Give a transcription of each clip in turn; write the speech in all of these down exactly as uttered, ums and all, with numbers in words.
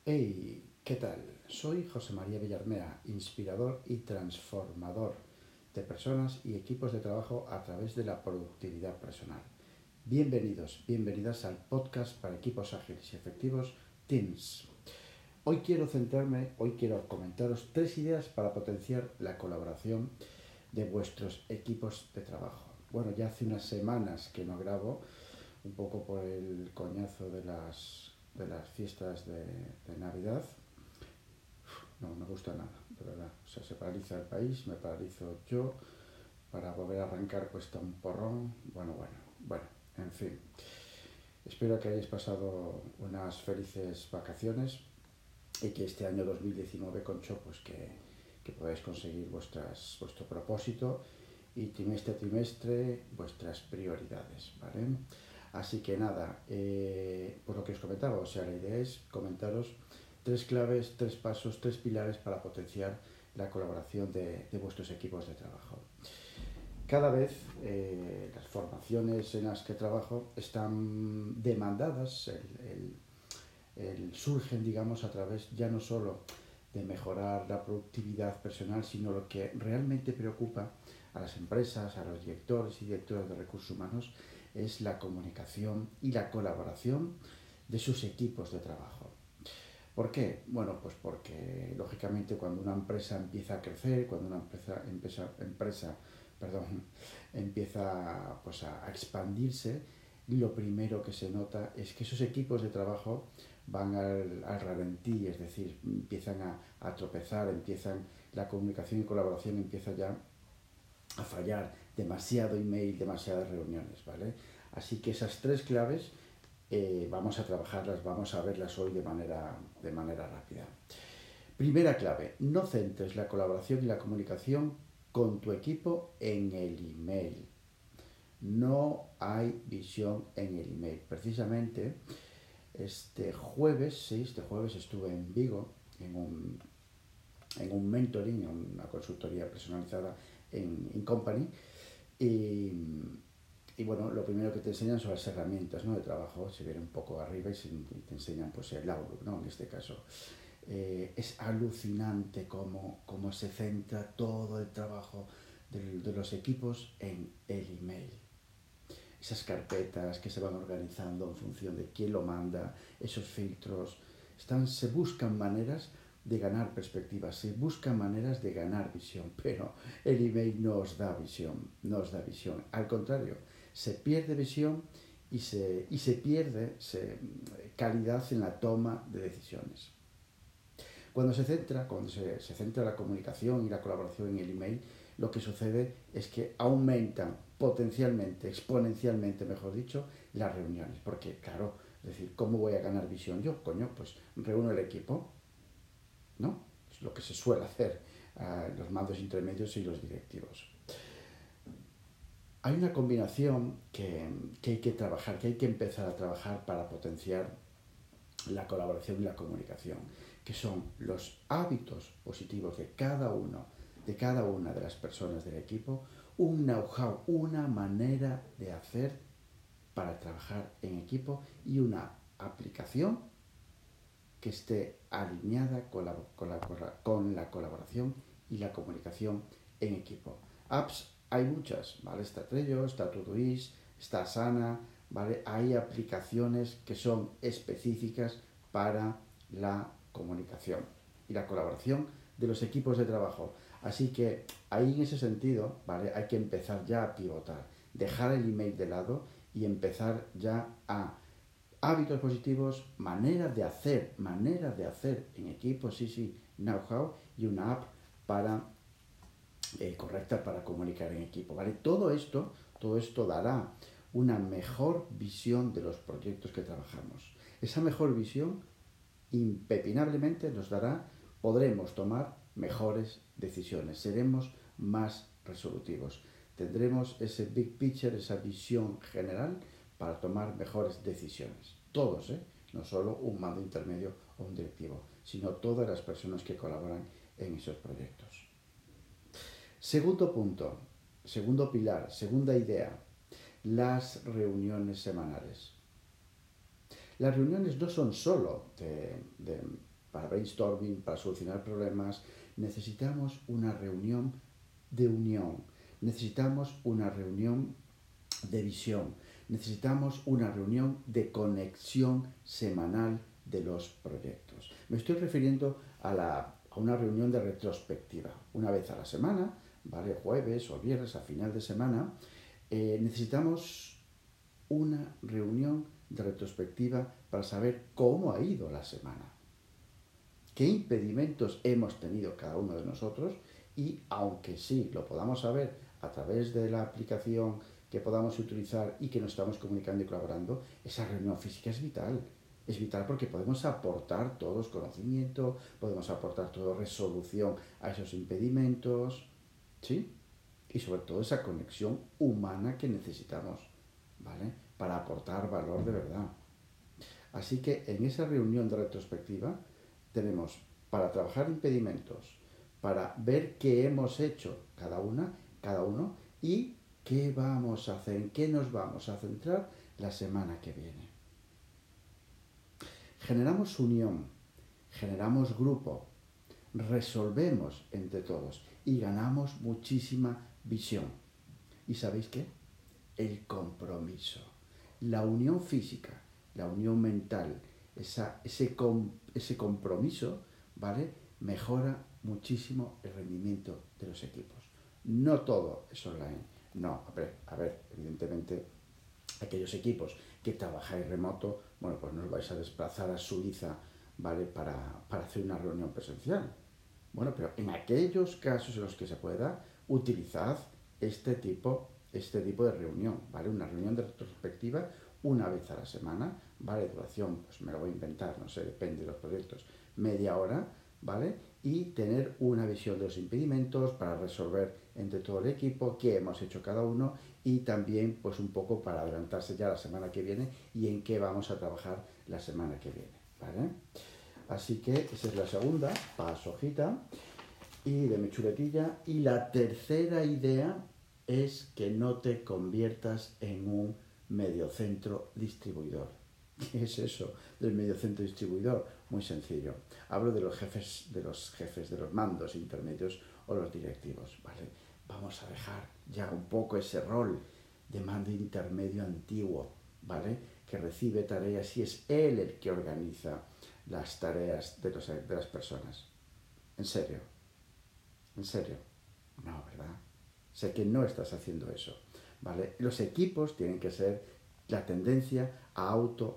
Hey, ¿qué tal? Soy José María Villarmea, inspirador y transformador de personas y equipos de trabajo a través de la productividad personal. Bienvenidos, bienvenidas al podcast para equipos ágiles y efectivos Teams. Hoy quiero centrarme, hoy quiero comentaros tres ideas para potenciar la colaboración de vuestros equipos de trabajo. Bueno, ya hace unas semanas que no grabo, un poco por el coñazo de las, de las fiestas de, de Navidad. No me gusta nada, de verdad. O sea, se paraliza el país, me paralizo yo. Para volver a arrancar cuesta un porrón. Bueno, bueno, bueno, en fin. Espero que hayáis pasado unas felices vacaciones y que este año dos mil diecinueve, Concho, pues que, que podáis conseguir vuestras, vuestro propósito y trimestre a trimestre vuestras prioridades, ¿vale? Así que nada, eh, por lo que os comentaba, o sea, la idea es comentaros tres claves, tres pasos, tres pilares para potenciar la colaboración de, de vuestros equipos de trabajo. Cada vez eh, las formaciones en las que trabajo están demandadas, el, el, el surgen, digamos, a través ya no solo de mejorar la productividad personal, sino lo que realmente preocupa a las empresas, a los directores y directores de recursos humanos, es la comunicación y la colaboración de sus equipos de trabajo. ¿Por qué? Bueno, pues porque lógicamente cuando una empresa empieza a crecer, cuando una empresa, empresa, empresa perdón, empieza pues, a, a expandirse, lo primero que se nota es que esos equipos de trabajo van al, al ralentí, es decir, empiezan a, a tropezar, empiezan, la comunicación y colaboración empieza ya a fallar, demasiado email, demasiadas reuniones, ¿vale? Así que esas tres claves eh, vamos a trabajarlas, vamos a verlas hoy de manera, de manera rápida. Primera clave, no centres la colaboración y la comunicación con tu equipo en el email. No hay visión en el email. Precisamente este jueves, sí, este jueves estuve en Vigo en un, en un mentoring, en una consultoría personalizada en, en Company y, y bueno, lo primero que te enseñan son las herramientas, ¿no?, de trabajo. Se viene un poco arriba y, se, y te enseñan pues el Outlook, ¿no?, en este caso. Eh, es alucinante cómo, cómo se centra todo el trabajo de, de los equipos en el email. Esas carpetas que se van organizando en función de quién lo manda, esos filtros, están, se buscan maneras de ganar perspectivas, se buscan maneras de ganar visión, pero el email no os da visión, no os da visión. Al contrario, se pierde visión y se, y se pierde se, calidad en la toma de decisiones. Cuando se centra, cuando se, se centra la comunicación y la colaboración en el email, lo que sucede es que aumentan potencialmente, exponencialmente, mejor dicho, las reuniones. Porque, claro, es decir, ¿cómo voy a ganar visión yo? Coño, pues reúno el equipo, ¿no? Es lo que se suele hacer uh, los mandos intermedios y los directivos. Hay una combinación que, que hay que trabajar, que hay que empezar a trabajar para potenciar la colaboración y la comunicación, que son los hábitos positivos de cada uno, de cada una de las personas del equipo, un know-how, una manera de hacer para trabajar en equipo y una aplicación que esté alineada con la, con la, con la colaboración y la comunicación en equipo. Apps hay muchas, ¿vale? Está Trello, está Todoist, está Asana, ¿vale? Hay aplicaciones que son específicas para la comunicación y la colaboración de los equipos de trabajo. Así que ahí en ese sentido, ¿vale?, hay que empezar ya a pivotar, dejar el email de lado y empezar ya a hábitos positivos, maneras de hacer, maneras de hacer en equipo, sí, sí, know-how y una app para eh, correcta para comunicar en equipo, ¿vale? Todo esto, todo esto dará una mejor visión de los proyectos que trabajamos. Esa mejor visión impepinablemente nos dará, podremos tomar mejores decisiones, seremos más resolutivos, tendremos ese big picture, esa visión general para tomar mejores decisiones. Todos, ¿eh? No solo un mando intermedio o un directivo, sino todas las personas que colaboran en esos proyectos. Segundo punto, segundo pilar, segunda idea, las reuniones semanales. Las reuniones no son solo de, de, para brainstorming, para solucionar problemas. Necesitamos una reunión de unión, necesitamos una reunión de visión, necesitamos una reunión de conexión semanal de los proyectos. Me estoy refiriendo a, la, a una reunión de retrospectiva, una vez a la semana, ¿vale? Jueves o viernes, a final de semana, eh, necesitamos una reunión de retrospectiva para saber cómo ha ido la semana, qué impedimentos hemos tenido cada uno de nosotros y, aunque sí lo podamos saber a través de la aplicación que podamos utilizar y que nos estamos comunicando y colaborando, esa reunión física es vital. Es vital porque podemos aportar todos conocimiento, podemos aportar toda resolución a esos impedimentos, ¿sí? Y sobre todo esa conexión humana que necesitamos, ¿vale? Para aportar valor de verdad. Así que en esa reunión de retrospectiva tenemos para trabajar impedimentos, para ver qué hemos hecho cada una, cada uno y qué vamos a hacer, en qué nos vamos a centrar la semana que viene. Generamos unión, generamos grupo, resolvemos entre todos y ganamos muchísima visión. ¿Y sabéis qué? El compromiso, la unión física, la unión mental, esa, ese, com, ese compromiso, ¿vale? Mejora muchísimo el rendimiento de los equipos. No todo es online, no, a ver, a ver, evidentemente aquellos equipos que trabajáis remoto, bueno, pues no os vais a desplazar a Suiza, ¿vale? Para, para hacer una reunión presencial. Bueno, pero en aquellos casos en los que se pueda, utilizad este tipo, este tipo de reunión, ¿vale? Una reunión de retrospectiva una vez a la semana, ¿vale? Duración, pues me lo voy a inventar, no sé, depende de los proyectos, media hora, ¿vale? Y tener una visión de los impedimentos para resolver entre todo el equipo qué hemos hecho cada uno y también pues un poco para adelantarse ya la semana que viene y en qué vamos a trabajar la semana que viene, ¿vale? Así que esa es la segunda, paso hojita y de mi chuletilla. Y la tercera idea es que no te conviertas en un mediocentro distribuidor. ¿Qué es eso del mediocentro distribuidor? Muy sencillo. Hablo de los jefes, de los jefes, de los mandos intermedios o los directivos, ¿vale? Vamos a dejar ya un poco ese rol de mando intermedio antiguo, ¿vale? Que recibe tareas y es él el que organiza las tareas de, los, de las personas. ¿En serio? ¿En serio? No, ¿verdad? Sé que no estás haciendo eso, ¿vale? Los equipos tienen que ser la tendencia a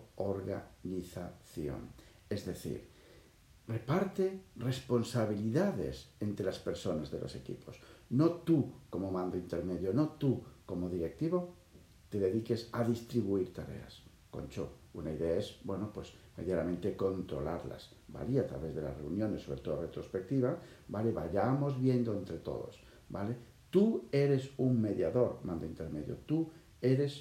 autoorganización. Es decir, reparte responsabilidades entre las personas de los equipos. No tú como mando intermedio, no tú como directivo, te dediques a distribuir tareas. Concho, una idea es, bueno, pues medianamente controlarlas, ¿vale? Y a través de las reuniones, sobre todo retrospectiva, ¿vale? Vayamos viendo entre todos, ¿vale? Tú eres un mediador, mando intermedio, tú eres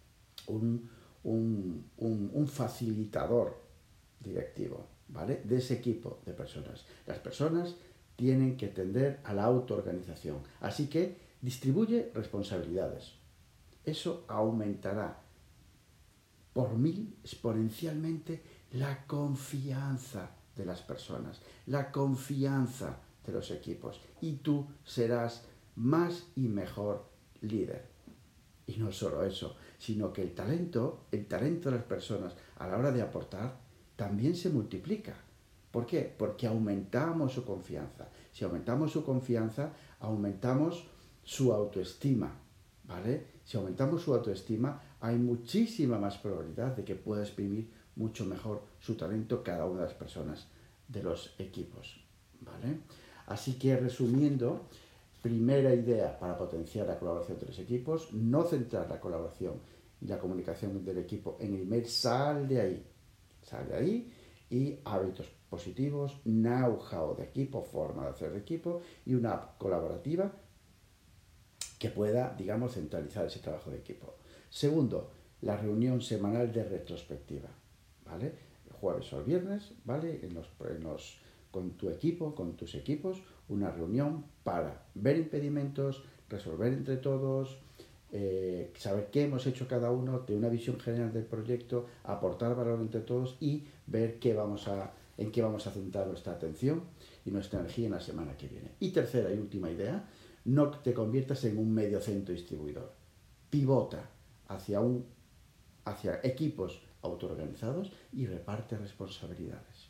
un, un, un, un facilitador directivo, ¿vale? De ese equipo de personas. Las personas tienen que tender a la autoorganización, así que distribuye responsabilidades. Eso aumentará por mil exponencialmente la confianza de las personas, la confianza de los equipos y tú serás más y mejor líder. Y no solo eso, sino que el talento, el talento de las personas a la hora de aportar también se multiplica. ¿Por qué? Porque aumentamos su confianza. Si aumentamos su confianza, aumentamos su autoestima, ¿vale? Si aumentamos su autoestima, hay muchísima más probabilidad de que pueda exprimir mucho mejor su talento cada una de las personas de los equipos, ¿vale? Así que, resumiendo, primera idea para potenciar la colaboración entre los equipos, no centrar la colaboración y la comunicación del equipo en el email, sal de ahí, sal de ahí, y hábitos positivos, know-how de equipo, forma de hacer de equipo y una app colaborativa que pueda, digamos, centralizar ese trabajo de equipo. Segundo, la reunión semanal de retrospectiva, ¿vale? El jueves o el viernes, ¿vale? En los, en los, con tu equipo, con tus equipos, una reunión para ver impedimentos, resolver entre todos, eh, saber qué hemos hecho cada uno, tener una visión general del proyecto, aportar valor entre todos y ver qué vamos a en qué vamos a centrar nuestra atención y nuestra energía en la semana que viene. Y tercera y última idea, no te conviertas en un medio centro distribuidor. Pivota hacia, un, hacia equipos autoorganizados y reparte responsabilidades.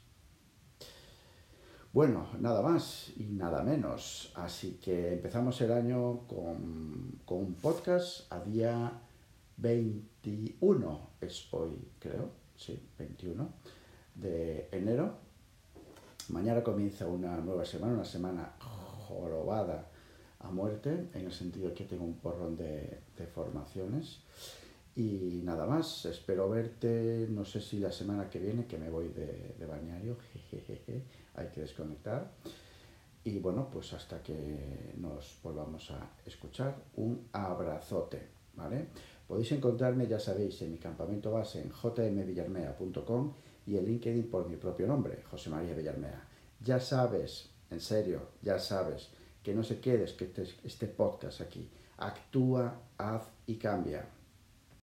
Bueno, nada más y nada menos. Así que empezamos el año con, con un podcast a día veintiuno, es hoy creo, sí, veintiuno de enero. Mañana comienza una nueva semana, una semana jorobada a muerte, en el sentido que tengo un porrón de, de formaciones. Y nada más, espero verte, no sé si la semana que viene, que me voy de, de balneario, jejeje, hay que desconectar. Y bueno, pues hasta que nos volvamos a escuchar, un abrazote, ¿vale? Podéis encontrarme, ya sabéis, en mi campamento base en j m villarmea punto com y en LinkedIn por mi propio nombre, José María Villarmea. Ya sabes, en serio, ya sabes, que no se quedes que este, este podcast aquí. Actúa, haz y cambia.